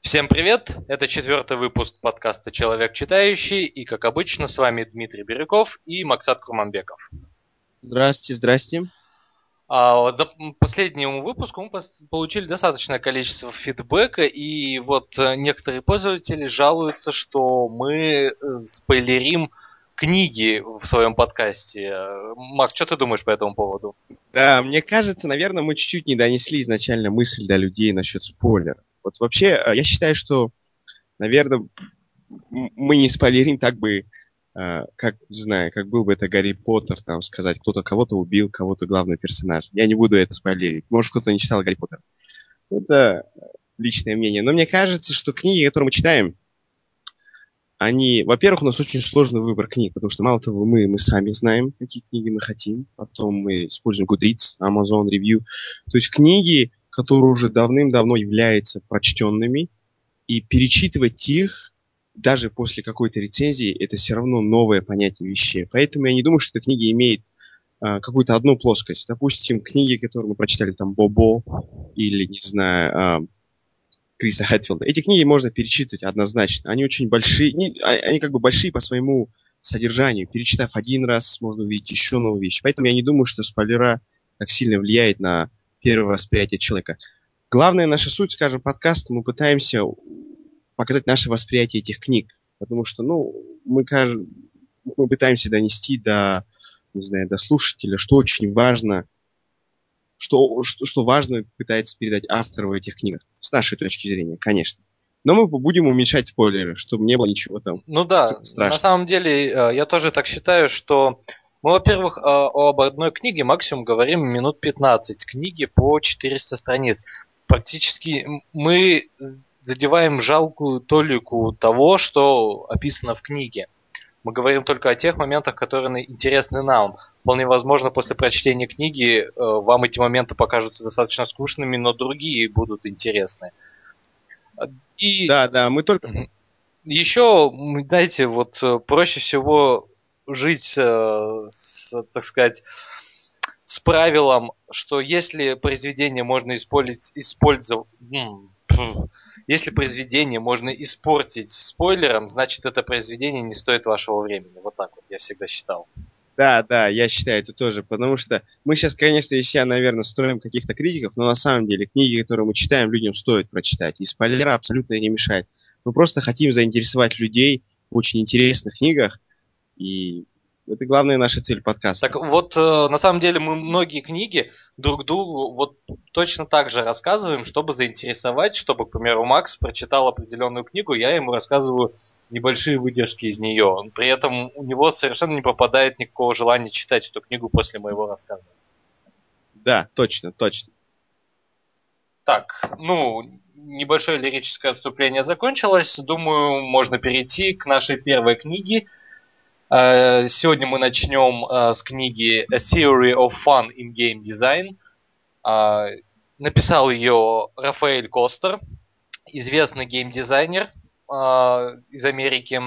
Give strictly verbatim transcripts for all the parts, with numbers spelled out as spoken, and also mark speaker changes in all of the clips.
Speaker 1: Всем привет! Это четвертый выпуск подкаста «Человек читающий», и, как обычно, с вами Дмитрий Бирюков и Максат Курманбеков.
Speaker 2: Здрасте, здрасте.
Speaker 1: А вот за последнему выпуску мы получили достаточное количество фидбэка, и вот некоторые пользователи жалуются, что мы спойлерим книги в своем подкасте. Макс, что ты думаешь по этому поводу?
Speaker 2: Да, мне кажется, наверное, мы чуть-чуть не донесли изначально мысль до людей насчет спойлеров. Вот вообще, я считаю, что, наверное, мы не спойлерим так бы, как, не знаю, как был бы это Гарри Поттер, там, сказать, кто-то кого-то убил, кого-то главный персонаж. Я не буду это спойлерить. Может, кто-то не читал Гарри Поттера. Это личное мнение. Но мне кажется, что книги, которые мы читаем, они, во-первых, у нас очень сложный выбор книг, потому что мало того, мы, мы сами знаем, какие книги мы хотим, потом мы используем Goodreads, Amazon Review, то есть книги, которые уже давным-давно являются прочтенными, и перечитывать их даже после какой-то рецензии, это все равно новое понятие вещей. Поэтому я не думаю, что эта книга имеет а, какую-то одну плоскость. Допустим, книги, которые мы прочитали, там, Бобо, или, не знаю, а, Криса Хэтфилда. Эти книги можно перечитывать однозначно. Они очень большие, не, они как бы большие по своему содержанию. Перечитав один раз, можно увидеть еще новые вещи. Поэтому я не думаю, что спойлера так сильно влияет на первое восприятие человека. Главная наша суть, скажем, подкаста, мы пытаемся показать наше восприятие этих книг. Потому что, ну, мы, мы пытаемся донести до, не знаю, до слушателя, что очень важно, Что, что, что важно пытается передать автор в этих книгах. С нашей точки зрения, конечно. Но мы будем уменьшать спойлеры, чтобы не было ничего там
Speaker 1: Ну да,
Speaker 2: страшного.
Speaker 1: На самом деле я тоже так считаю, что мы, во-первых, об одной книге максимум говорим минут пятнадцать. Книги по четыреста страниц. Практически мы задеваем жалкую толику того, что описано в книге. Мы говорим только о тех моментах, которые интересны нам. Вполне возможно, после прочтения книги вам эти моменты покажутся достаточно скучными, но другие будут интересны. И...
Speaker 2: Да, да, мы только...
Speaker 1: Еще, знаете, вот проще всего жить, с, так сказать, с правилом, что если произведение можно использовать, использовать если произведение можно испортить спойлером, значит, это произведение не стоит вашего времени. Вот так вот я всегда считал.
Speaker 2: Да, да, я считаю это тоже, потому что мы сейчас, конечно, из себя, наверное, строим каких-то критиков, но на самом деле книги, которые мы читаем, людям стоит прочитать. И спойлера абсолютно не мешает. Мы просто хотим заинтересовать людей в очень интересных книгах, и это главная наша цель подкаста.
Speaker 1: Так вот, на самом деле мы многие книги друг другу вот точно так же рассказываем, чтобы заинтересовать, чтобы, к примеру, Макс прочитал определенную книгу, я ему рассказываю небольшие выдержки из нее. При этом у него совершенно не пропадает никакого желания читать эту книгу после моего рассказа.
Speaker 2: Да, точно, точно.
Speaker 1: Так, ну, небольшое лирическое отступление закончилось. Думаю, можно перейти к нашей первой книге. Сегодня мы начнем с книги A Theory of Fun in Game Design. Написал ее Рафаэль Костер, известный геймдизайнер из Америки.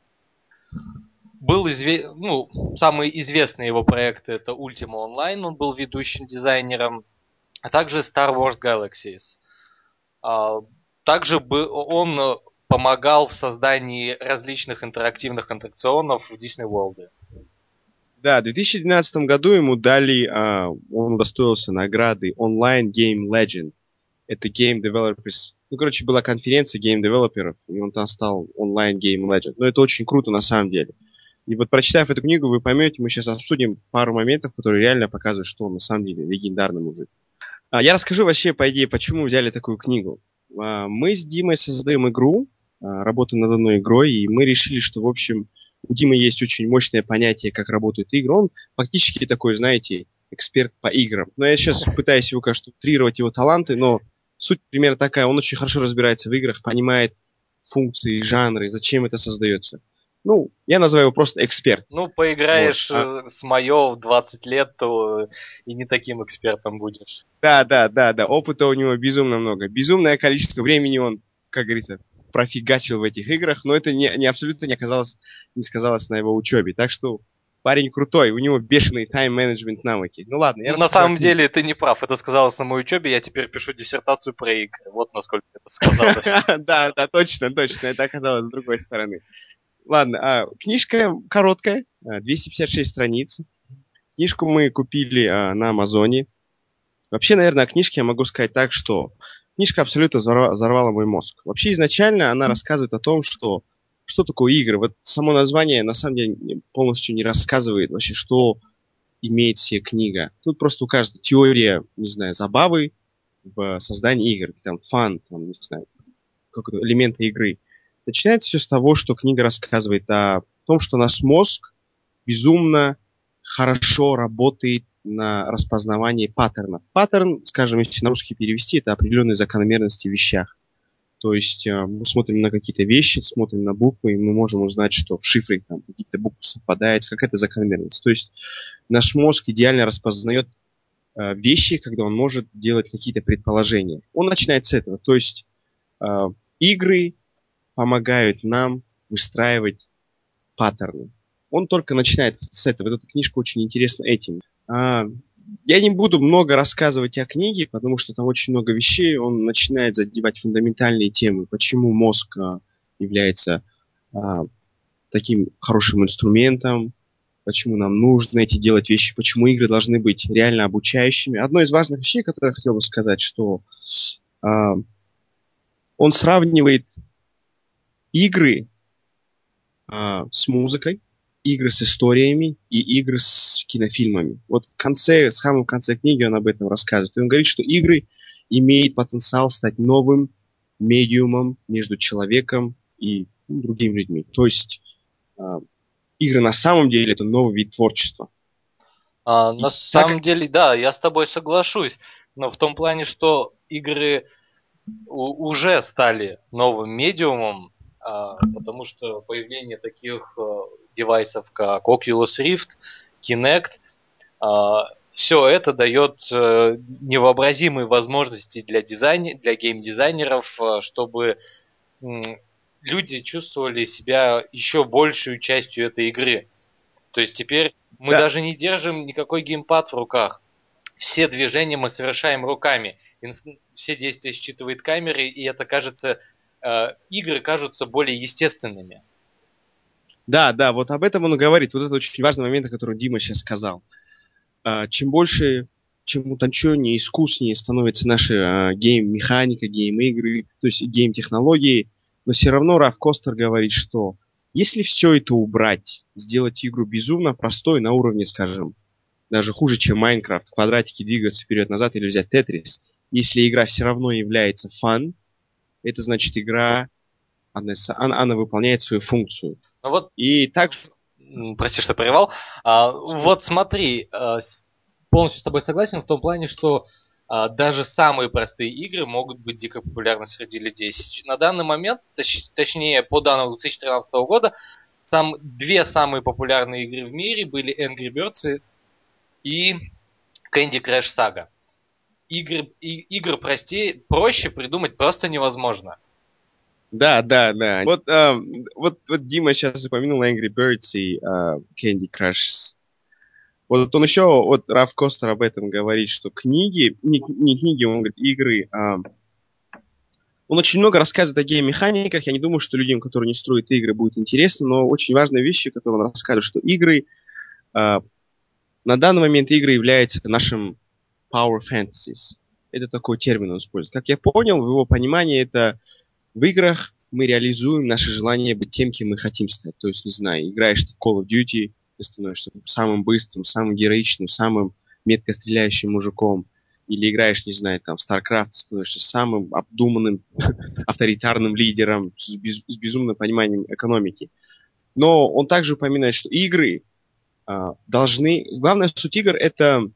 Speaker 1: Был изве... ну, самые известные его проекты это Ultima Online, он был ведущим дизайнером, а также Star Wars Galaxies. Также он помогал в создании различных интерактивных аттракционов в Disney World.
Speaker 2: Да, в две тысячи двенадцатом году ему дали, а, он удостоился награды Online Game Legend. Это Game Developers. Ну, короче, была конференция Game Developers, и он там стал Online Game Legend. Но это очень круто на самом деле. И вот прочитав эту книгу, вы поймете, мы сейчас обсудим пару моментов, которые реально показывают, что он на самом деле легендарный музык. А, я расскажу вообще, по идее, почему взяли такую книгу. А, мы с Димой создаем игру, а, работаем над одной игрой, и мы решили, что, в общем, у Димы есть очень мощное понятие, как работают игры. Он фактически такой, знаете, эксперт по играм. Но я сейчас пытаюсь его, конечно, утрировать его таланты, но суть примерно такая. Он очень хорошо разбирается в играх, понимает функции, жанры, зачем это создается. Ну, я называю его просто эксперт.
Speaker 1: Ну, поиграешь вот. а... с Майо в двадцать лет, то и не таким экспертом будешь.
Speaker 2: Да, да, да, да. Опыта у него безумно много. Безумное количество времени он, как говорится, профигачил в этих играх, но это не, не абсолютно не оказалось, не сказалось на его учебе. Так что Парень крутой, у него бешеные тайм-менеджмент навыки. Ну ладно, я
Speaker 1: На самом деле ты не прав, это сказалось на моей учебе, я теперь пишу диссертацию про игры. Вот насколько это сказалось.
Speaker 2: Да, да, точно, точно, это оказалось с другой стороны. Ладно, а, книжка короткая, двести пятьдесят шесть страниц. Книжку мы купили а, на Амазоне. Вообще, наверное, о книжке я могу сказать так, что книжка абсолютно взорвала, взорвала мой мозг. Вообще, изначально она рассказывает о том, что что такое игры. Вот само название, на самом деле, полностью не рассказывает вообще, что имеет себе книга. Тут просто указана теория, не знаю, забавы в создании игр. Там фан, там, не знаю, как-то элементы игры. Начинается все с того, что книга рассказывает о том, что наш мозг безумно хорошо работает на распознавании паттернов. Паттерн, скажем, если на русский перевести, это определенные закономерности в вещах. То есть э, мы смотрим на какие-то вещи, смотрим на буквы, и мы можем узнать, что в шифре там какие-то буквы совпадают, какая-то закономерность. То есть наш мозг идеально распознает э, вещи, когда он может делать какие-то предположения. Он начинает с этого. То есть э, игры помогают нам выстраивать паттерны. Он только начинает с этого. Вот эта книжка очень интересна этим. А, я не буду много рассказывать о книге, потому что там очень много вещей. Он начинает задевать фундаментальные темы. Почему мозг а, является а, таким хорошим инструментом, почему нам нужно эти делать вещи, почему игры должны быть реально обучающими. Одно из важных вещей, которые я хотел бы сказать, что а, он сравнивает игры а, с музыкой, игры с историями и игры с кинофильмами. Вот в конце, в самом конце книги он об этом рассказывает. И он говорит, что игры имеют потенциал стать новым медиумом между человеком и ну, другими людьми. То есть а, игры на самом деле это новый вид творчества.
Speaker 1: А, на
Speaker 2: так
Speaker 1: самом деле, да, я с тобой соглашусь. Но в том плане, что игры у- уже стали новым медиумом, а, потому что появление таких а, девайсов, как Oculus Rift, Kinect, а, все это дает а, невообразимые возможности для дизайн, для геймдизайнеров, а, чтобы м, люди чувствовали себя еще большей частью этой игры. То есть теперь мы
Speaker 2: да,
Speaker 1: даже не держим никакой геймпад в руках. Все движения мы совершаем руками. Инс- Все действия считывает камеры, и это кажется, э, игры кажутся более естественными.
Speaker 2: да, да, вот об этом он и говорит. Вот это очень важный момент, о котором Дима сейчас сказал. А, чем больше, чем утонченнее, искуснее становится наша а, гейм-механика, гейм-игры, то есть гейм-технологии, но все равно Раф Костер говорит, что если все это убрать, сделать игру безумно простой на уровне, скажем, даже хуже, чем Майнкрафт, квадратики двигаются вперед-назад или взять Тетрис, если игра все равно является фан, это значит игра, она, она, она выполняет свою функцию.
Speaker 1: Ну вот,
Speaker 2: И также...
Speaker 1: м, прости, что прервал. А, вот смотри, а, с- полностью с тобой согласен в том плане, что а, даже самые простые игры могут быть дико популярны среди людей. Сеч- На данный момент, точ- точнее, по данным две тысячи тринадцатого года, сам, две самые популярные игры в мире были Angry Birds и Candy Crush Saga. Игр, и, игр простее, проще придумать просто невозможно.
Speaker 2: Да, да, да. Вот, а, вот, вот Дима сейчас упомянул Angry Birds и а, Candy Crush. Вот он еще, вот Раф Костер об этом говорит, что книги, не, не книги, он говорит, игры, а, он очень много рассказывает о гейм-механиках. Я не думаю, что людям, которые не строят игры, будет интересно, но очень важные вещи, которые он рассказывает, что игры, а, на данный момент игры являются нашим power fantasies. Это такой термин он использует. Как я понял, в его понимании это в играх мы реализуем наше желание быть тем, кем мы хотим стать. То есть, не знаю, играешь ты в Call of Duty, ты становишься самым быстрым, самым героичным, самым метко стреляющим мужиком. Или играешь, не знаю, там, в StarCraft, ты становишься самым обдуманным, авторитарным лидером с, без, с безумным пониманием экономики. Но он также упоминает, что игры а, должны... Главная суть игр — это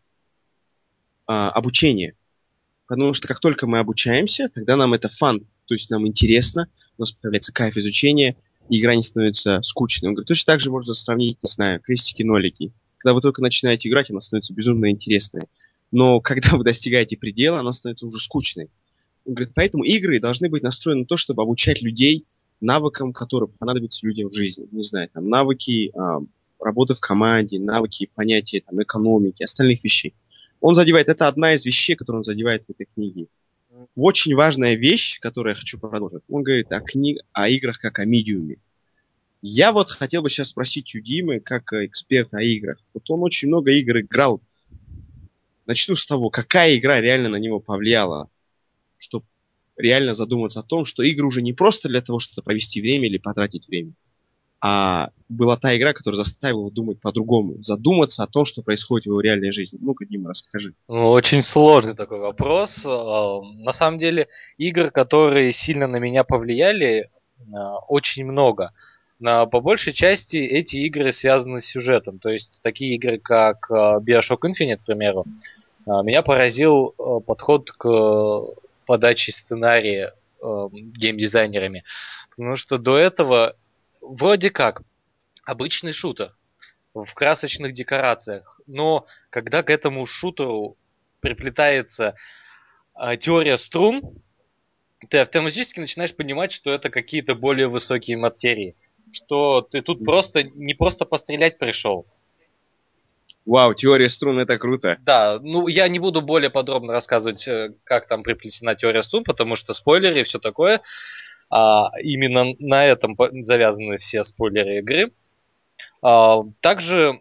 Speaker 2: а, обучение. Потому что как только мы обучаемся, тогда нам это фан, то есть нам интересно, у нас появляется кайф изучения, и игра не становится скучной. Он говорит, точно так же можно сравнить, не знаю, крестики-нолики. Когда вы только начинаете играть, она становится безумно интересной. Но когда вы достигаете предела, она становится уже скучной. Он говорит, поэтому игры должны быть настроены на то, чтобы обучать людей навыкам, которые понадобятся людям в жизни. Не знаю, там навыки, а, работы в команде, навыки, понятия там, экономики, остальных вещей. Он задевает, это одна из вещей, которую он задевает в этой книге. Очень важная вещь, которую я хочу продолжить. Он говорит о, книг, о играх как о медиуме. Я вот хотел бы сейчас спросить у Димы, как эксперт о играх. Вот он очень много игр играл. Начну с того, какая игра реально на него повлияла, чтобы реально задуматься о том, что игры уже не просто для того, чтобы провести время или потратить время, а была та игра, которая заставила его думать по-другому, задуматься о том, что происходит в его реальной жизни. Ну-ка, Дима, расскажи.
Speaker 1: Ну, очень сложный такой вопрос. А, На самом деле, игр, которые сильно на меня повлияли, а, очень много. На, по большей части эти игры связаны с сюжетом. То есть такие игры, как а, BioShock Infinite, к примеру, а, меня поразил а, подход к подаче сценария а, геймдизайнерами. Потому что до этого вроде как обычный шутер в красочных декорациях. Но когда к этому шутеру приплетается а, теория струн, ты автоматически начинаешь понимать, что это какие-то более высокие материи. Что ты тут просто не просто пострелять пришел.
Speaker 2: Вау, теория струн, это круто.
Speaker 1: Да, ну я не буду более подробно рассказывать, э, как там приплетена теория струн, потому что спойлеры и все такое. А именно на этом по- завязаны все спойлеры игры. А, также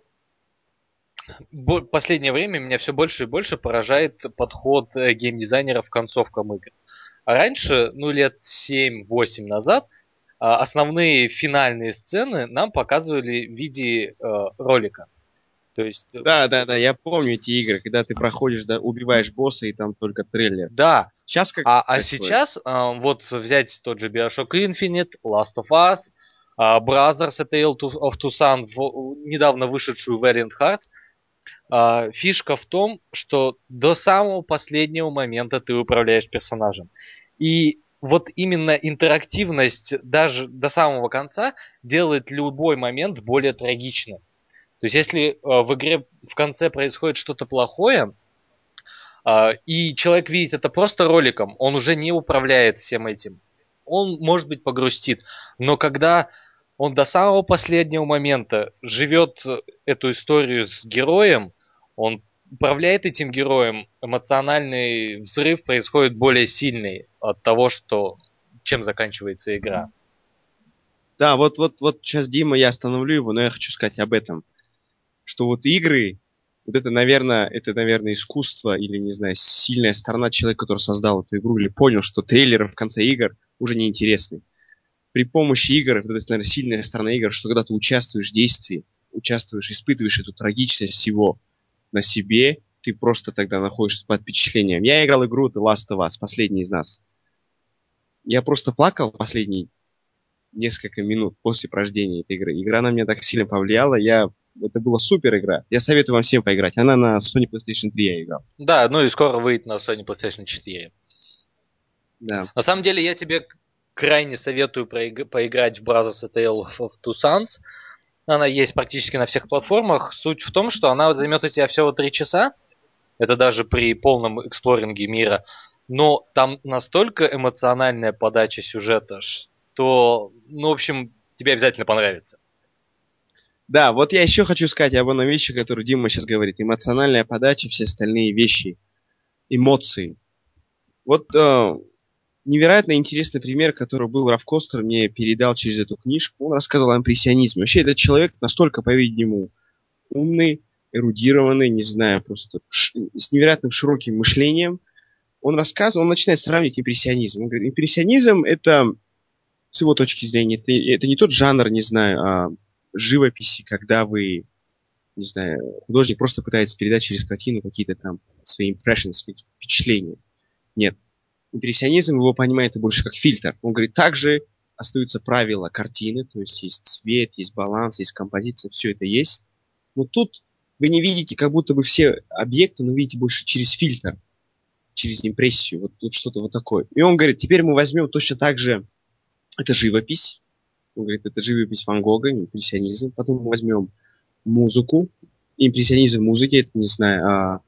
Speaker 1: бо- последнее время меня все больше и больше поражает подход э, геймдизайнеров к концовкам игр. А раньше, ну лет семь-восемь назад, а, основные финальные сцены нам показывали в виде э, ролика. То есть, э,
Speaker 2: Да, да, да, я помню эти игры, когда ты проходишь, да, убиваешь босса, и там только трейлер.
Speaker 1: да.
Speaker 2: Сейчас как
Speaker 1: А, а
Speaker 2: происходит?
Speaker 1: сейчас а, вот взять тот же BioShock Infinite, Last of Us, а, Brothers: A Tale to- of Two Sons, в- недавно вышедшую Valiant Hearts. А, фишка в том, что до самого последнего момента ты управляешь персонажем. И вот именно интерактивность даже до самого конца делает любой момент более трагичным. То есть если э, в игре в конце происходит что-то плохое, а, и человек видит это просто роликом, он уже не управляет всем этим. Он, может быть, погрустит. Но когда он до самого последнего момента живет эту историю с героем, он управляет этим героем, эмоциональный взрыв происходит более сильный от того, что чем заканчивается игра.
Speaker 2: Да, вот, вот, вот сейчас, Дима, я остановлю его, но я хочу сказать об этом. Что вот игры, вот это, наверное, это, наверное, искусство или, не знаю, сильная сторона человека, который создал эту игру, или понял, что трейлеры в конце игр уже не интересны. При помощи игр, вот это, наверное, сильная сторона игр, что когда ты участвуешь в действии, участвуешь, испытываешь эту трагичность всего на себе, ты просто тогда находишься под впечатлением. Я играл игру The Last of Us, последний из нас. Я просто плакал последние несколько минут после прохождения этой игры. Игра на меня так сильно повлияла, я... это была супер игра. Я советую вам всем поиграть. Она на Sony PlayStation три я играл.
Speaker 1: Да, ну и скоро выйдет на Sony PlayStation четыре.
Speaker 2: Да.
Speaker 1: На самом деле я тебе крайне советую проиг- поиграть в Brothers: A Tale of Two Sons. Она есть практически на всех платформах. Суть в том, что она займет у тебя всего три часа. Это даже при полном эксплоринге мира. Но там настолько эмоциональная подача сюжета, что, ну, в общем, тебе обязательно понравится.
Speaker 2: Да, вот я еще хочу сказать об одной вещи, которую Дима сейчас говорит. Эмоциональная подача, все остальные вещи, эмоции. Вот э, невероятно интересный пример, который был Раф Костер, мне передал через эту книжку. Он рассказывал о импрессионизме. Вообще, этот человек настолько, по-видимому, умный, эрудированный, не знаю, просто с невероятным широким мышлением. Он рассказывал, он начинает сравнивать импрессионизм. Он говорит, импрессионизм это, с его точки зрения, это, это не тот жанр, не знаю, а живописи, когда вы, не знаю, художник просто пытается передать через картину какие-то там свои impressions, свои впечатления. Нет. Импрессионизм его понимает больше как фильтр. Он говорит, также остаются правила картины, то есть есть цвет, есть баланс, есть композиция, все это есть. Но тут вы не видите как будто бы все объекты, но видите больше через фильтр, через импрессию, вот, вот что-то вот такое. И он говорит, теперь мы возьмем точно так же, это живопись, он говорит, это живопись Ван Гога, импрессионизм, потом мы возьмем музыку, импрессионизм в музыке, это, не знаю, а,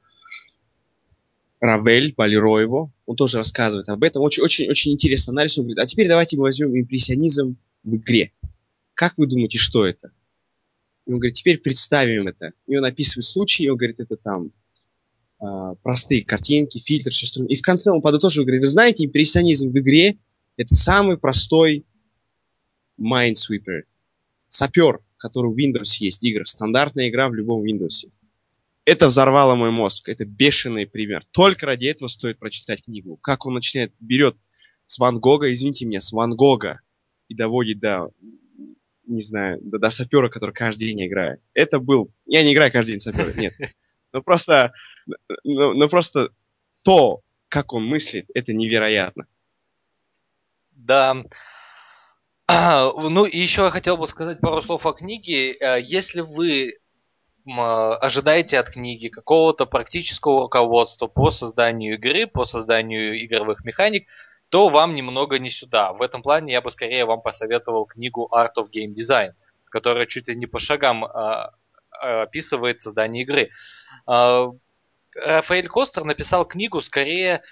Speaker 2: Равель, Балероево, он тоже рассказывает об этом, очень-очень интересный анализ, он говорит, а теперь давайте мы возьмем импрессионизм в игре. Как вы думаете, что это? И он говорит, теперь представим это. И он описывает случаи, и он говорит, это там э, простые картинки, фильтр, все остальное. И в конце он подытоживает, говорит, вы знаете, импрессионизм в игре это самый простой Minesweeper. Сапер, который в Windows есть, игра. Стандартная игра в любом Windows. Это взорвало мой мозг. Это бешеный пример. Только ради этого стоит прочитать книгу. Как он начинает, берет с Ван Гога, извините меня, с Ван Гога и доводит до, не знаю, до, до сапера, который каждый день играет. Это был... Я не играю каждый день сапера, нет. Но просто, но, но просто то, как он мыслит, это невероятно.
Speaker 1: Да. Ну, и еще я хотел бы сказать пару слов о книге. Если вы ожидаете от книги какого-то практического руководства по созданию игры, по созданию игровых механик, то вам немного не сюда. В этом плане я бы скорее вам посоветовал книгу Art of Game Design, которая чуть ли не по шагам описывает создание игры. Рафаэль Костер написал книгу скорее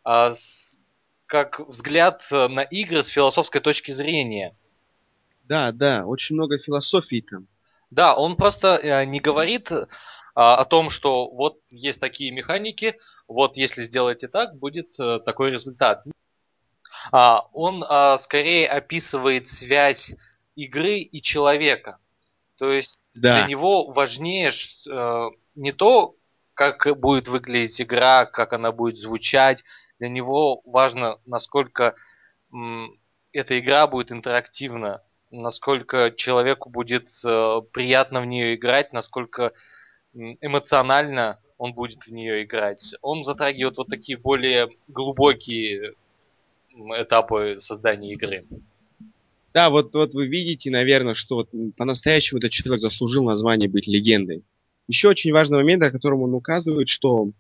Speaker 1: как взгляд на игры с философской точки зрения.
Speaker 2: Да, да, очень много философии там.
Speaker 1: Да, он просто не говорит о том, что вот есть такие механики, вот если сделаете так, будет такой результат. Он скорее описывает связь игры и человека. То есть
Speaker 2: да.
Speaker 1: для него важнее не то, как будет выглядеть игра, как она будет звучать. Для него важно, насколько м, эта игра будет интерактивна, насколько человеку будет э, приятно в нее играть, насколько эмоционально он будет в нее играть. Он затрагивает вот такие более глубокие этапы создания игры.
Speaker 2: Да, вот, вот вы видите, наверное, что вот по-настоящему этот человек заслужил название быть легендой. Еще очень важный момент, о котором он указывает, что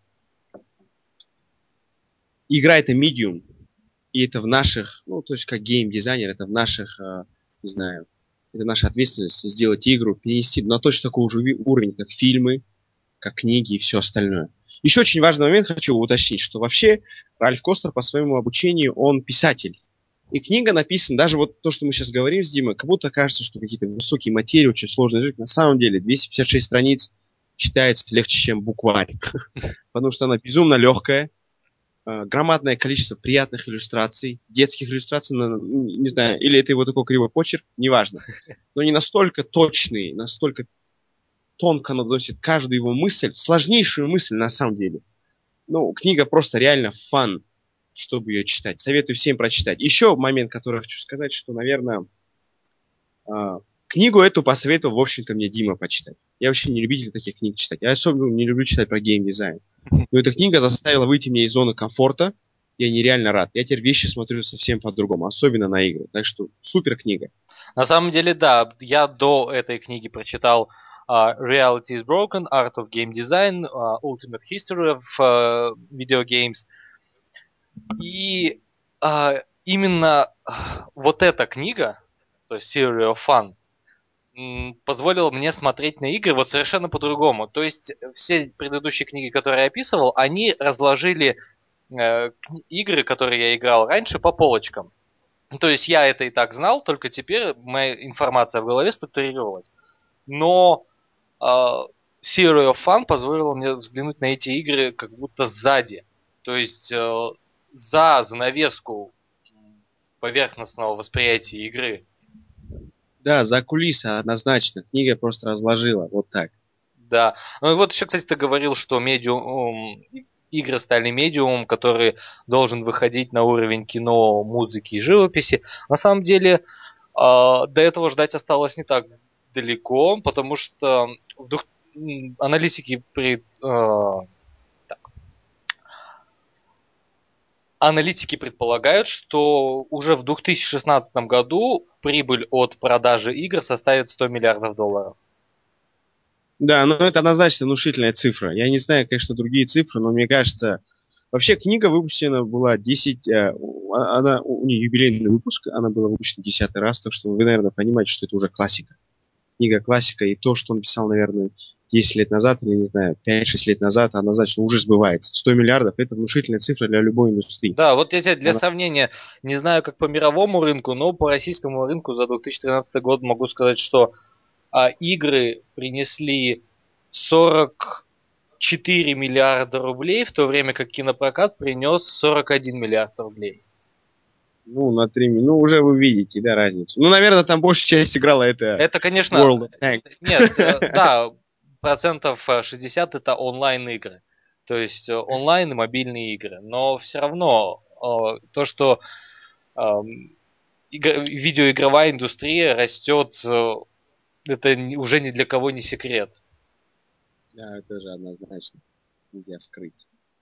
Speaker 2: игра — это медиум, и это в наших, ну, то есть как гейм-дизайнер, это в наших, э, не знаю, это наша ответственность сделать игру, перенести на точно такой же уровень, как фильмы, как книги и все остальное. Еще очень важный момент хочу уточнить, что вообще Ральф Костер по своему обучению, он писатель. И книга написана, даже вот то, что мы сейчас говорим с Димой, как будто кажется, что какие-то высокие материи, очень сложные жить. На самом деле двести пятьдесят шесть страниц читается легче, чем букварь. Потому что она безумно легкая, громадное количество приятных иллюстраций, детских иллюстраций, не знаю, или это его такой кривой почерк, неважно. Но не настолько точный, настолько тонко наносит каждую его мысль, сложнейшую мысль на самом деле. Ну, книга просто реально фан, чтобы ее читать. Советую всем прочитать. Еще момент, который я хочу сказать, что, наверное, книгу эту посоветовал, в общем-то, мне Дима почитать. Я вообще не любитель таких книг читать. Я особенно не люблю читать про геймдизайн. Но эта книга заставила выйти меня из зоны комфорта. Я нереально рад. Я теперь вещи смотрю совсем по-другому, особенно на игры. Так что супер книга.
Speaker 1: На самом деле, да. Я до этой книги прочитал uh, Reality is Broken, Art of Game Design, uh, Ultimate History of uh, Video Games. И uh, именно вот эта книга, то есть Theory of Fun, позволило мне смотреть на игры вот совершенно по-другому. То есть все предыдущие книги, которые я описывал, они разложили э, игры, которые я играл раньше, по полочкам. То есть я это и так знал, только теперь моя информация в голове структурировалась. Но э, Theory of Fun позволила мне взглянуть на эти игры как будто сзади. То есть э, за занавеску поверхностного восприятия игры.
Speaker 2: Да, за кулисы однозначно. Книга просто разложила. Вот так.
Speaker 1: Да. Ну и вот еще, кстати, ты говорил, что медиум, игры стали медиумом, который должен выходить на уровень кино, музыки и живописи. На самом деле, э, до этого ждать осталось не так далеко, потому что вдруг аналитики пред, э, так. Аналитики предполагают, что уже в две тысячи шестнадцатом году прибыль от продажи игр составит сто миллиардов долларов.
Speaker 2: Да, ну это однозначно внушительная цифра. Я не знаю, конечно, другие цифры, но мне кажется... Вообще книга выпущена была десять... Она, у нее юбилейный выпуск, она была выпущена десятый раз, так что вы, наверное, понимаете, что это уже классика. Книга классика, и то, что он писал, наверное, десять лет назад, или, не знаю, пять-шесть лет назад, однозначно уже сбывается. сто миллиардов – это внушительная цифра для любой индустрии.
Speaker 1: Да, вот я для
Speaker 2: Она...
Speaker 1: сравнения, не знаю, как по мировому рынку, но по российскому рынку за две тысячи тринадцатый год могу сказать, что а игры принесли сорок четыре миллиарда рублей, в то время как кинопрокат принес сорок один миллиард рублей.
Speaker 2: Ну, на три минуты. Ну, уже вы видите, да, разницу. Ну, наверное, там большая часть играла это
Speaker 1: Это, конечно,
Speaker 2: World of Tanks.
Speaker 1: нет, да, процентов шестьдесят это онлайн-игры. То есть онлайн и мобильные игры. Но все равно то, что видеоигровая индустрия растет, это уже ни для кого не секрет.
Speaker 2: Да, это же однозначно нельзя скрыть.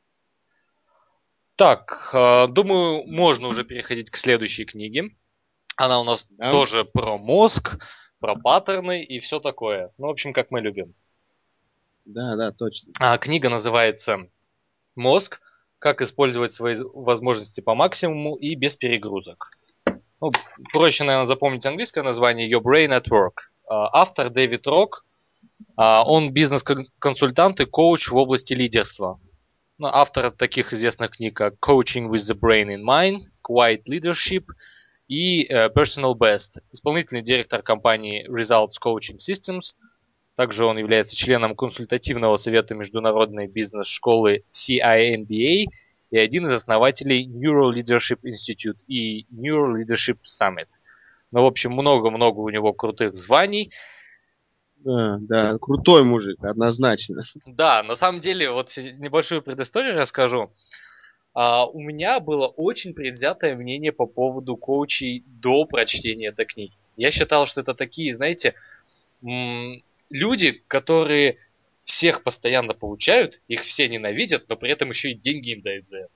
Speaker 1: Так, думаю, можно уже переходить к следующей книге. Она у нас да? тоже про мозг, про паттерны и все такое. Ну, в общем, как мы любим.
Speaker 2: Да, да, точно.
Speaker 1: А, книга называется «Мозг. Как использовать свои возможности по максимуму и без перегрузок». Ну, проще, наверное, запомнить английское название «Your Brain at Work». Автор Дэвид Рок. Он бизнес-консультант и коуч в области лидерства. Ну, автор таких известных книг, как «Coaching with the Brain in Mind», «Quiet Leadership» и Personal Best. Исполнительный директор компании Results Coaching Systems. Также он является членом консультативного совета международной бизнес-школы си ай эм би эй и один из основателей Neuro Leadership Institute и Neuro Leadership Summit. Ну, в общем, много-много у него крутых званий.
Speaker 2: Да, да, крутой мужик, однозначно.
Speaker 1: Да, на самом деле, вот небольшую предысторию расскажу. Uh, у меня было очень предвзятое мнение по поводу коучей до прочтения этой книги. Я считал, что это такие, знаете, м- люди, которые всех постоянно получают, их все ненавидят, но при этом еще и деньги им дают за это.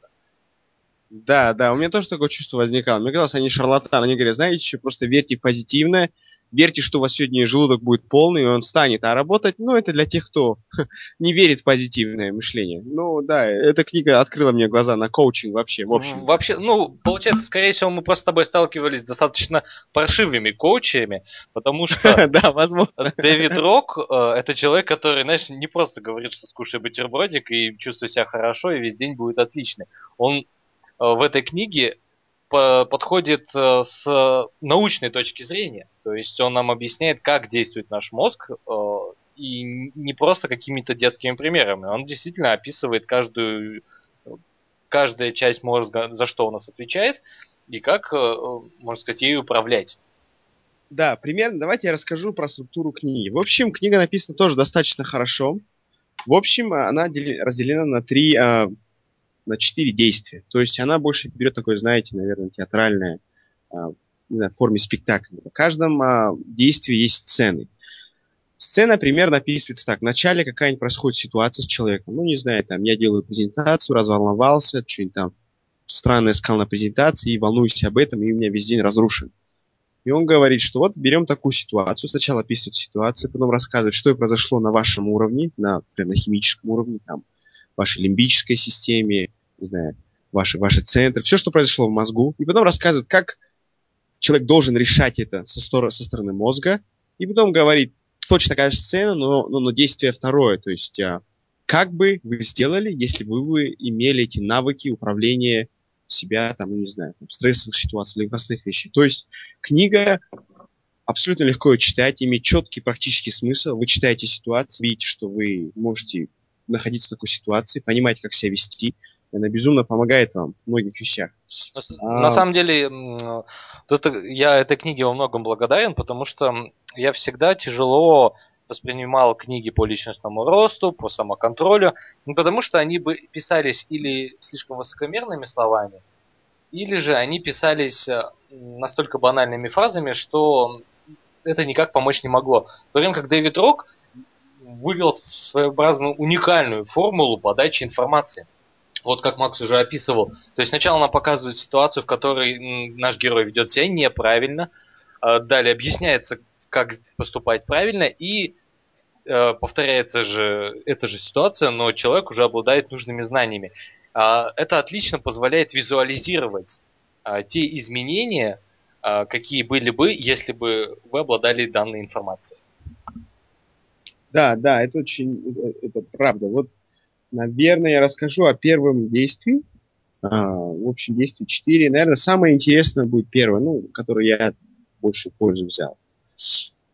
Speaker 2: Да, да, у меня тоже такое чувство возникало. Мне казалось, они шарлатаны. Они говорят, знаете, что просто верьте в позитивное, верьте, что у вас сегодня желудок будет полный, и он станет. А работать, ну, это для тех, кто не верит в позитивное мышление. Ну, да, эта книга открыла мне глаза на коучинг вообще, в общем.
Speaker 1: Вообще, ну, получается, скорее всего, мы просто с тобой сталкивались с достаточно паршивыми коучами, потому что
Speaker 2: да, возможно.
Speaker 1: Дэвид Рок – это человек, который, знаешь, не просто говорит, что скушай бутербродик и чувствуй себя хорошо, и весь день будет отличный. Он в этой книге подходит с научной точки зрения. То есть он нам объясняет, как действует наш мозг, и не просто какими-то детскими примерами. Он действительно описывает каждую, каждая часть мозга, за что у нас отвечает, и как, можно сказать, ею управлять.
Speaker 2: Да, примерно. Давайте я расскажу про структуру книги. В общем, книга написана тоже достаточно хорошо. В общем, она разделена на три... на четыре действия. То есть она больше берет такое, знаете, наверное, театральное, а, не знаю, в форме спектакля. В каждом а, действии есть сцены. Сцена примерно описывается так. Вначале какая-нибудь происходит ситуация с человеком. Ну, не знаю, там, я делаю презентацию, разволновался, что-нибудь там странное сказал на презентации, и волнуюсь об этом, и у меня весь день разрушен. И он говорит, что вот берем такую ситуацию, сначала описывает ситуацию, потом рассказывает, что произошло на вашем уровне, на, например, на химическом уровне, там, в вашей лимбической системе, не знаю, ваши, ваши центры, все, что произошло в мозгу, и потом рассказывает, как человек должен решать это со, стороны, со стороны мозга, и потом говорит, точно такая же сцена, но, но, но действие второе, то есть а, как бы вы сделали, если бы вы имели эти навыки управления себя, там, не знаю, в стрессовых ситуациях или опасных вещей. То есть книга абсолютно легко ее читать, имеет четкий практический смысл, вы читаете ситуацию, видите, что вы можете находиться в такой ситуации, понимаете, как себя вести, и она безумно помогает вам в многих вещах.
Speaker 1: На а... самом деле, это, я этой книге во многом благодарен, потому что я всегда тяжело воспринимал книги по личностному росту, по самоконтролю, ну, потому что они бы писались или слишком высокомерными словами, или же они писались настолько банальными фразами, что это никак помочь не могло. В то время как Дэвид Рок вывел своеобразную уникальную формулу подачи информации. Вот как Макс уже описывал. То есть сначала нам показывают ситуацию, в которой наш герой ведет себя неправильно, далее объясняется, как поступать правильно, и повторяется же эта же ситуация, но человек уже обладает нужными знаниями. Это отлично позволяет визуализировать те изменения, какие были бы, если бы вы обладали данной информацией.
Speaker 2: Да, да, это очень, это правда. Вот, наверное, я расскажу о первом действии. А, в общем, действий четыре. Наверное, самое интересное будет первое, ну, которое я больше пользу взял.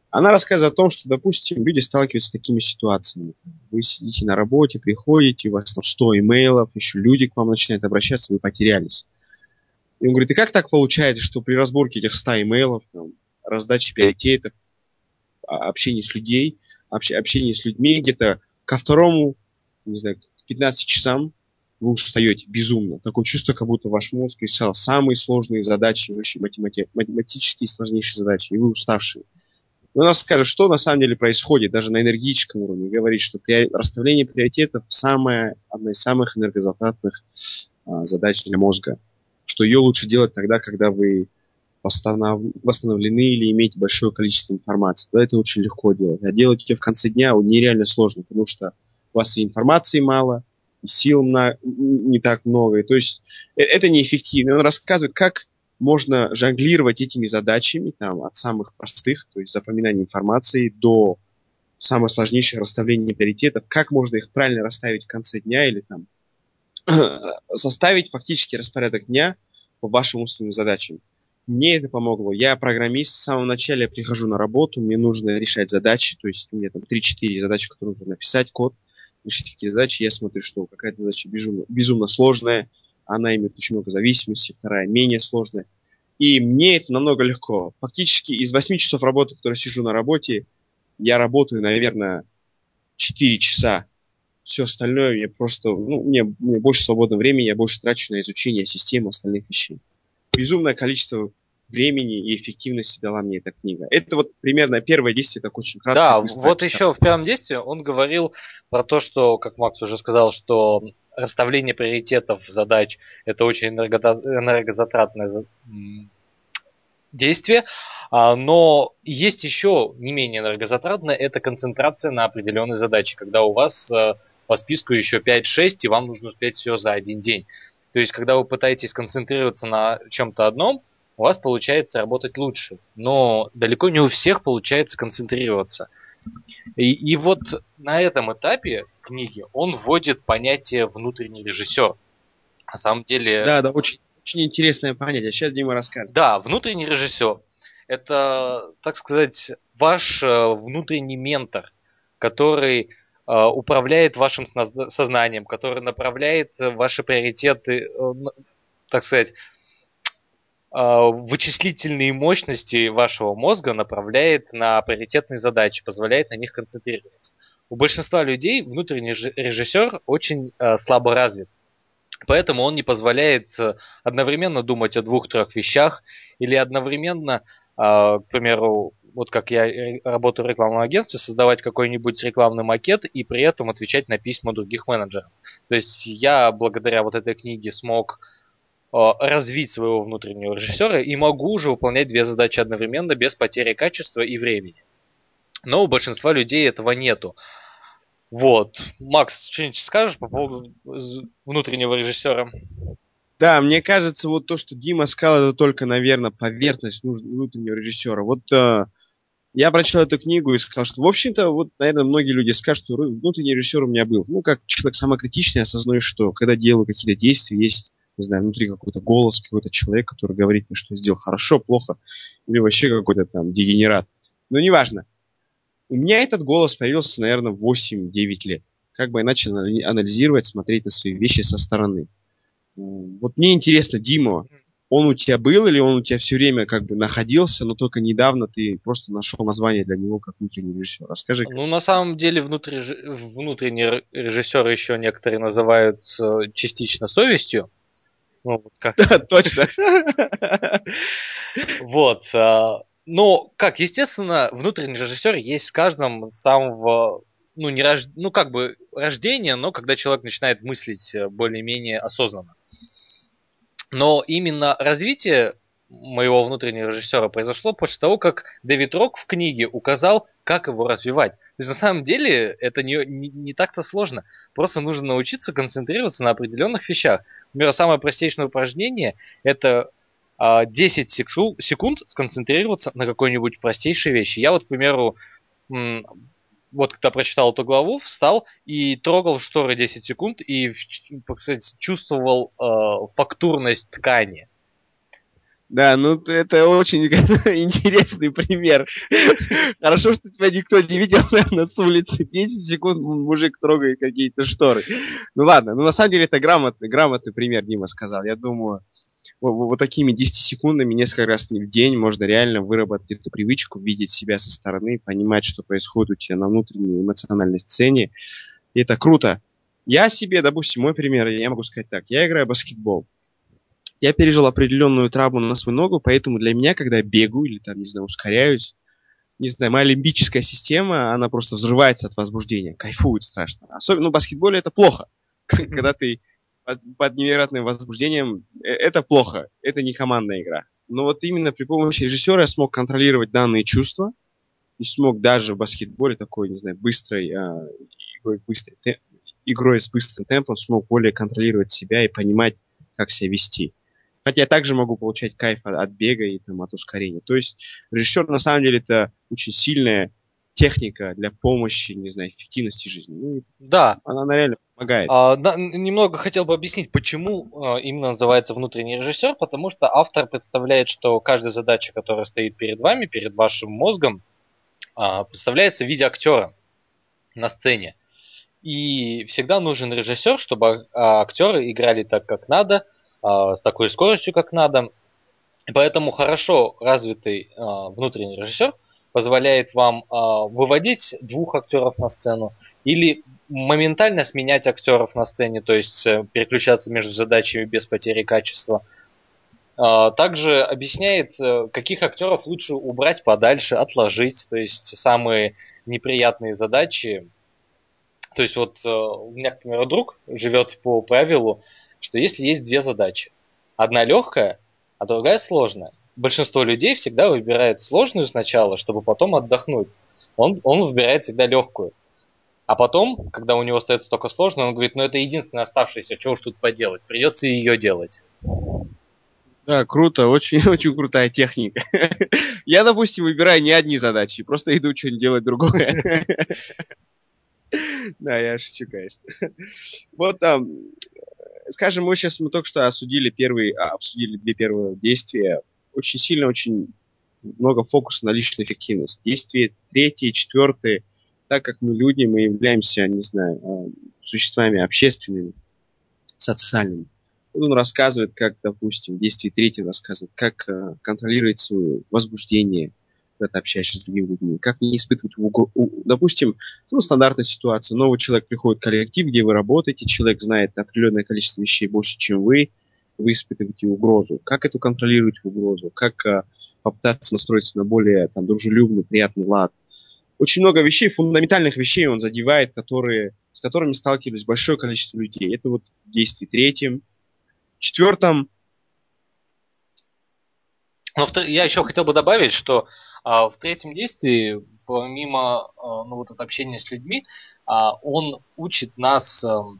Speaker 2: Она рассказывает о том, что, допустим, люди сталкиваются с такими ситуациями. Вы сидите на работе, приходите, у вас там сто имейлов, еще люди к вам начинают обращаться, вы потерялись. И он говорит, и как так получается, что при разборке этих ста имейлов, там, раздаче приоритетов, общении с людьми, общ, общении с людьми, где-то ко второму, не знаю, к пятнадцати часам вы устаете безумно. Такое чувство, как будто ваш мозг решал самые сложные задачи, вообще математи- математические сложнейшие задачи, и вы уставшие. Но он расскажет, что на самом деле происходит даже на энергетическом уровне. Говорит, что при... расставление приоритетов самая, одна из самых энергозатратных а, задач для мозга. Что ее лучше делать тогда, когда вы восстанов... восстановлены или имеете большое количество информации. Тогда это очень легко делать. А делать ее в конце дня нереально сложно, потому что у вас и информации мало, и сил на... не так много. И, то есть это неэффективно. И он рассказывает, как можно жонглировать этими задачами, там, от самых простых, то есть запоминания информации, до самых сложнейших расставлений приоритетов, как можно их правильно расставить в конце дня или там составить фактически распорядок дня по вашим умственным задачам. Мне это помогло. Я программист, с самого начала я прихожу на работу, мне нужно решать задачи, то есть у меня там три-четыре задачи, которые нужно написать, код, решить какие задачи, я смотрю, что какая-то задача безумно, безумно сложная, она имеет очень много зависимостей, вторая менее сложная. И мне это намного легко. Фактически из восьми часов работы, которые сижу на работе, я работаю, наверное, четыре часа. Все остальное я просто, ну, мне, мне больше свободного времени, я больше трачу на изучение системы остальных вещей. Безумное количество времени и эффективности дала мне эта книга. Это вот примерно первое действие, так очень кратко.
Speaker 1: Да, вот еще в первом действии он говорил про то, что, как Макс уже сказал, что расставление приоритетов задач это очень энергозатратное действие, но есть еще не менее энергозатратное, это концентрация на определенной задаче, когда у вас по списку еще пять-шесть, и вам нужно успеть все за один день. То есть, когда вы пытаетесь концентрироваться на чем-то одном, у вас получается работать лучше, но далеко не у всех получается концентрироваться. И, и вот на этом этапе книги он вводит понятие внутренний режиссер. На самом деле...
Speaker 2: Да, да, очень, очень интересное понятие. Сейчас Дима расскажет.
Speaker 1: Да, внутренний режиссер. Это, так сказать, ваш внутренний ментор, который управляет вашим сознанием, который направляет ваши приоритеты, так сказать, вычислительные мощности вашего мозга направляет на приоритетные задачи, позволяет на них концентрироваться. У большинства людей внутренний режиссер очень слабо развит. Поэтому он не позволяет одновременно думать о двух-трех вещах или одновременно, к примеру, вот как я работаю в рекламном агентстве, создавать какой-нибудь рекламный макет и при этом отвечать на письма других менеджеров. То есть я благодаря вот этой книге смог развить своего внутреннего режиссера и могу уже выполнять две задачи одновременно без потери качества и времени. Но у большинства людей этого нету. Вот. Макс, что-нибудь скажешь по поводу внутреннего режиссера?
Speaker 2: Да, мне кажется, вот то, что Дима сказал, это только, наверное, поверхность внутреннего режиссера. Вот э, я прочитал эту книгу и сказал, что, в общем-то, вот, наверное, многие люди скажут, что внутренний режиссер у меня был. Ну, как человек самокритичный, осознаю, что когда делаю какие-то действия, есть, не знаю, внутри какой-то голос, какой-то человек, который говорит мне, что я сделал хорошо, плохо, или вообще какой-то там дегенерат. Но неважно. У меня этот голос появился, наверное, в восемь-девять лет. Как бы я начал анализировать, смотреть на свои вещи со стороны. Вот мне интересно, Дима, он у тебя был или он у тебя все время как бы находился, но только недавно ты просто нашел название для него как внутренний режиссер? Расскажи.
Speaker 1: Ну, на самом деле, внутри, внутренний режиссер еще некоторые называют частично совестью. Ну, вот как...
Speaker 2: Да, точно.
Speaker 1: Вот. Ну, как, естественно, внутренний режиссер есть в каждом с самого, ну, не рож... ну, как бы рождения, но когда человек начинает мыслить более-менее осознанно. Но именно развитие моего внутреннего режиссера произошло после того, как Дэвид Рок в книге указал, как его развивать. То есть, на самом деле, это не, не, не так-то сложно. Просто нужно научиться концентрироваться на определенных вещах. Например, самое простейшее упражнение – это десять секунд сконцентрироваться на какой-нибудь простейшей вещи. Я вот, к примеру, вот когда прочитал эту главу, встал и трогал шторы десять секунд и, так сказать, чувствовал э, фактурность ткани.
Speaker 2: Да, ну это очень интересный пример. Хорошо, что тебя никто не видел, наверное, с улицы. десять секунд мужик трогает какие-то шторы. Ну ладно, ну на самом деле это грамотный, грамотный пример Дима сказал. Я думаю, вот, вот такими десятью секундами несколько раз в день можно реально выработать эту привычку, видеть себя со стороны, понимать, что происходит у тебя на внутренней эмоциональной сцене. И это круто. Я себе, допустим, мой пример, я могу сказать так. Я играю в баскетбол. Я пережил определенную травму на свою ногу, поэтому для меня, когда я бегаю или там, не знаю, ускоряюсь, не знаю, моя лимбическая система, она просто взрывается от возбуждения, кайфует страшно. Особенно, ну, в баскетболе это плохо. Когда ты под, под невероятным возбуждением, это плохо, это не командная игра. Но вот именно при помощи режиссера я смог контролировать данные чувства и смог даже в баскетболе такой, не знаю, быстрой а, игрой, быстрой, те, игрой с быстрым темпом смог более контролировать себя и понимать, как себя вести. Хотя я также могу получать кайф от, от бега и там, от ускорения. То есть режиссер на самом деле это очень сильная техника для помощи, не знаю, эффективности жизни. Ну,
Speaker 1: Да.
Speaker 2: она, она реально помогает.
Speaker 1: А, да, немного хотел бы объяснить, почему а, именно называется внутренний режиссер, потому что автор представляет, что каждая задача, которая стоит перед вами, перед вашим мозгом, а, представляется в виде актера на сцене. И всегда нужен режиссер, чтобы актеры играли так, как надо, с такой скоростью, как надо. И поэтому хорошо развитый внутренний режиссер позволяет вам выводить двух актеров на сцену или моментально сменять актеров на сцене, то есть переключаться между задачами без потери качества. Также объясняет, каких актеров лучше убрать подальше, отложить, то есть самые неприятные задачи. То есть вот у меня, к примеру, друг живет по правилу, что если есть две задачи, одна легкая, а другая сложная, большинство людей всегда выбирает сложную сначала, чтобы потом отдохнуть. Он, он выбирает всегда легкую. А потом, когда у него остается только сложная, он говорит, ну это единственная оставшаяся, что уж тут поделать, придется ее делать.
Speaker 2: Да, круто, очень-очень крутая техника. Я, допустим, выбираю не одни задачи, просто иду что-нибудь делать другое. Да, я шучу, конечно. Вот там, скажем, мы сейчас мы только что осудили первый, обсудили две первые действия. Очень сильно, очень много фокуса на личную эффективность. Действие третье, четвертое, так как мы люди, мы являемся, не знаю, существами общественными, социальными. Он рассказывает, как, допустим, действие третье рассказывает, как контролировать свое возбуждение, когда ты общаешься с другими людьми, как не испытывать угрозу. Допустим, ну, стандартная ситуация. Новый человек приходит в коллектив, где вы работаете, человек знает определенное количество вещей больше, чем вы, вы испытываете угрозу. Как эту контролировать угрозу? Как а, попытаться настроиться на более там, дружелюбный, приятный лад? Очень много вещей, фундаментальных вещей он задевает, которые, с которыми сталкивались большое количество людей. Это вот в действии третьем. В четвертом.
Speaker 1: Но я еще хотел бы добавить, что а, в третьем действии, помимо а, ну, вот, от общения с людьми, а, он учит нас,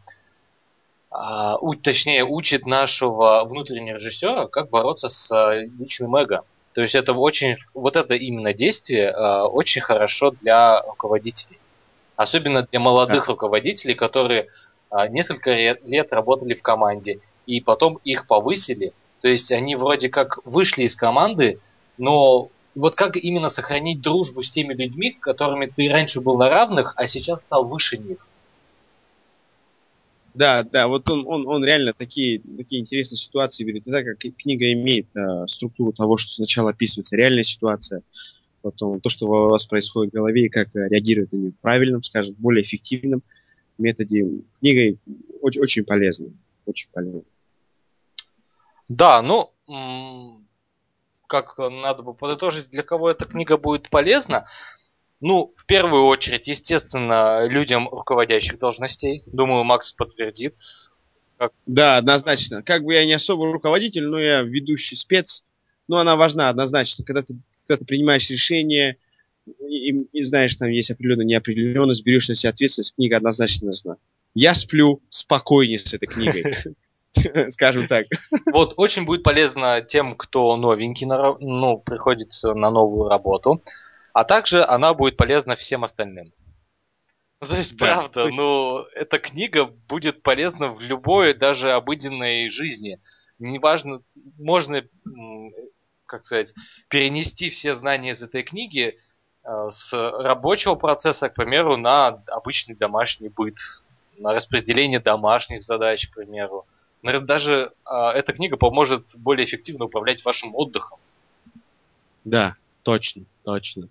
Speaker 1: а, у, точнее, учит нашего внутреннего режиссера, как бороться с а, личным эго. То есть это очень, вот это именно действие а, очень хорошо для руководителей. Особенно для молодых да. руководителей, которые а, несколько лет работали в команде, и потом их повысили. То есть они вроде как вышли из команды, но вот как именно сохранить дружбу с теми людьми, которыми ты раньше был на равных, а сейчас стал выше них?
Speaker 2: Да, да, вот он, он, он реально такие, такие интересные ситуации берет. И так как книга имеет а, структуру того, что сначала описывается реальная ситуация, потом то, что у вас происходит в голове, и как реагировать на нее в правильном, скажем, более эффективном методе. Книга очень, очень полезна. Очень полезна.
Speaker 1: Да, ну, как надо бы подытожить, для кого эта книга будет полезна. Ну, в первую очередь, естественно, людям руководящих должностей. Думаю, Макс подтвердит.
Speaker 2: Как... Да, однозначно. Как бы я не особо руководитель, но я ведущий спец. Но она важна однозначно. Когда ты, когда ты принимаешь решение и, и знаешь, там есть определенная неопределенность, берешь на себя ответственность, книга однозначно нужна. Я сплю спокойнее с этой книгой. Скажем так.
Speaker 1: Вот, очень будет полезно тем, кто новенький, ну, приходит на новую работу. А также она будет полезна всем остальным. Ну, то есть, да, правда, точно. Ну, эта книга будет полезна в любой, даже обыденной жизни. Неважно, можно как сказать, перенести все знания из этой книги с рабочего процесса, к примеру, на обычный домашний быт, на распределение домашних задач, к примеру. Даже эта книга поможет более эффективно управлять вашим отдыхом.
Speaker 2: Да, точно, точно.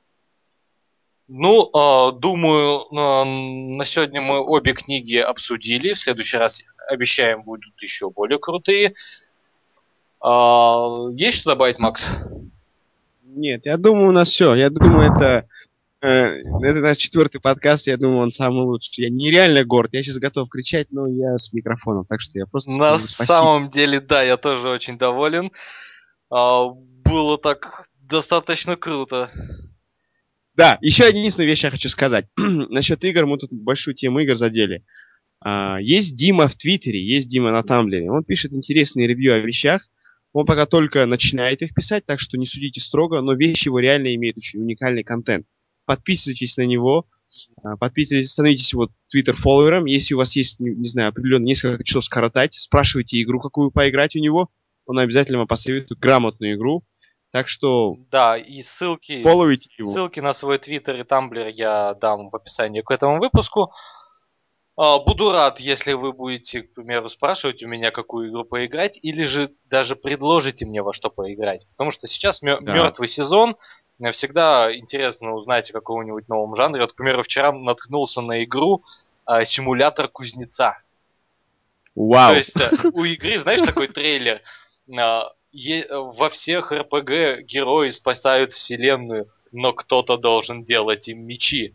Speaker 1: Ну, думаю, на сегодня мы обе книги обсудили. В следующий раз, обещаем, будут еще более крутые. Есть что добавить, Макс?
Speaker 2: Нет, я думаю, у нас все. Я думаю, это, э, это наш четвертый подкаст. Я думаю, он самый лучший. Я нереально горд. Я сейчас готов кричать, но я с микрофоном. Так что я просто
Speaker 1: На
Speaker 2: скажу спасибо.
Speaker 1: самом деле, да, я тоже очень доволен. Было так достаточно круто.
Speaker 2: Да, еще единственную вещь я хочу сказать. Насчет игр, мы тут большую тему игр задели. Есть Дима в Твиттере, есть Дима на Тамблере. Он пишет интересные ревью о вещах. Он пока только начинает их писать, так что не судите строго, но вещи его реально имеют очень уникальный контент. Подписывайтесь на него, подписывайтесь, становитесь его твиттер-фолловером. Если у вас есть, не, не знаю, определенно несколько часов скоротать, спрашивайте игру, какую поиграть у него. Он обязательно вам посоветует грамотную игру. Так что...
Speaker 1: Да, и ссылки,
Speaker 2: его.
Speaker 1: ссылки на свой твиттер и тамблер я дам в описании к этому выпуску. Буду рад, если вы будете, к примеру, спрашивать у меня, какую игру поиграть, или же даже предложите мне во что поиграть. Потому что сейчас мё- да. мертвый сезон, мне всегда интересно узнать о каком-нибудь новом жанре. Вот, к примеру, вчера наткнулся на игру а, «Симулятор кузнеца».
Speaker 2: Вау.
Speaker 1: То есть у игры, знаешь, такой трейлер, а, е- во всех эр пи джи герои спасают вселенную, но кто-то должен делать им мечи.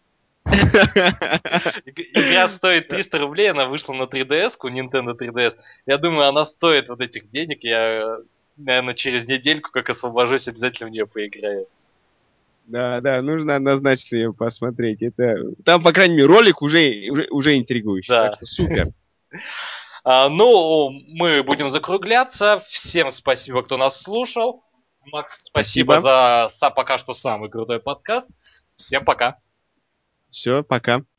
Speaker 1: Игра стоит триста рублей, она вышла на три ди эс-ку, Nintendo три ди эс. Я думаю, она стоит вот этих денег. Я, наверное, через недельку, как освобожусь, обязательно в нее поиграю.
Speaker 2: Да, да, нужно однозначно ее посмотреть. Это... Там, по крайней мере, ролик уже, уже, уже интригующий. Да. Так что супер.
Speaker 1: а, ну, мы будем закругляться. Всем спасибо, кто нас слушал. Макс, спасибо, спасибо. за пока что самый крутой подкаст. Всем пока.
Speaker 2: Все, пока.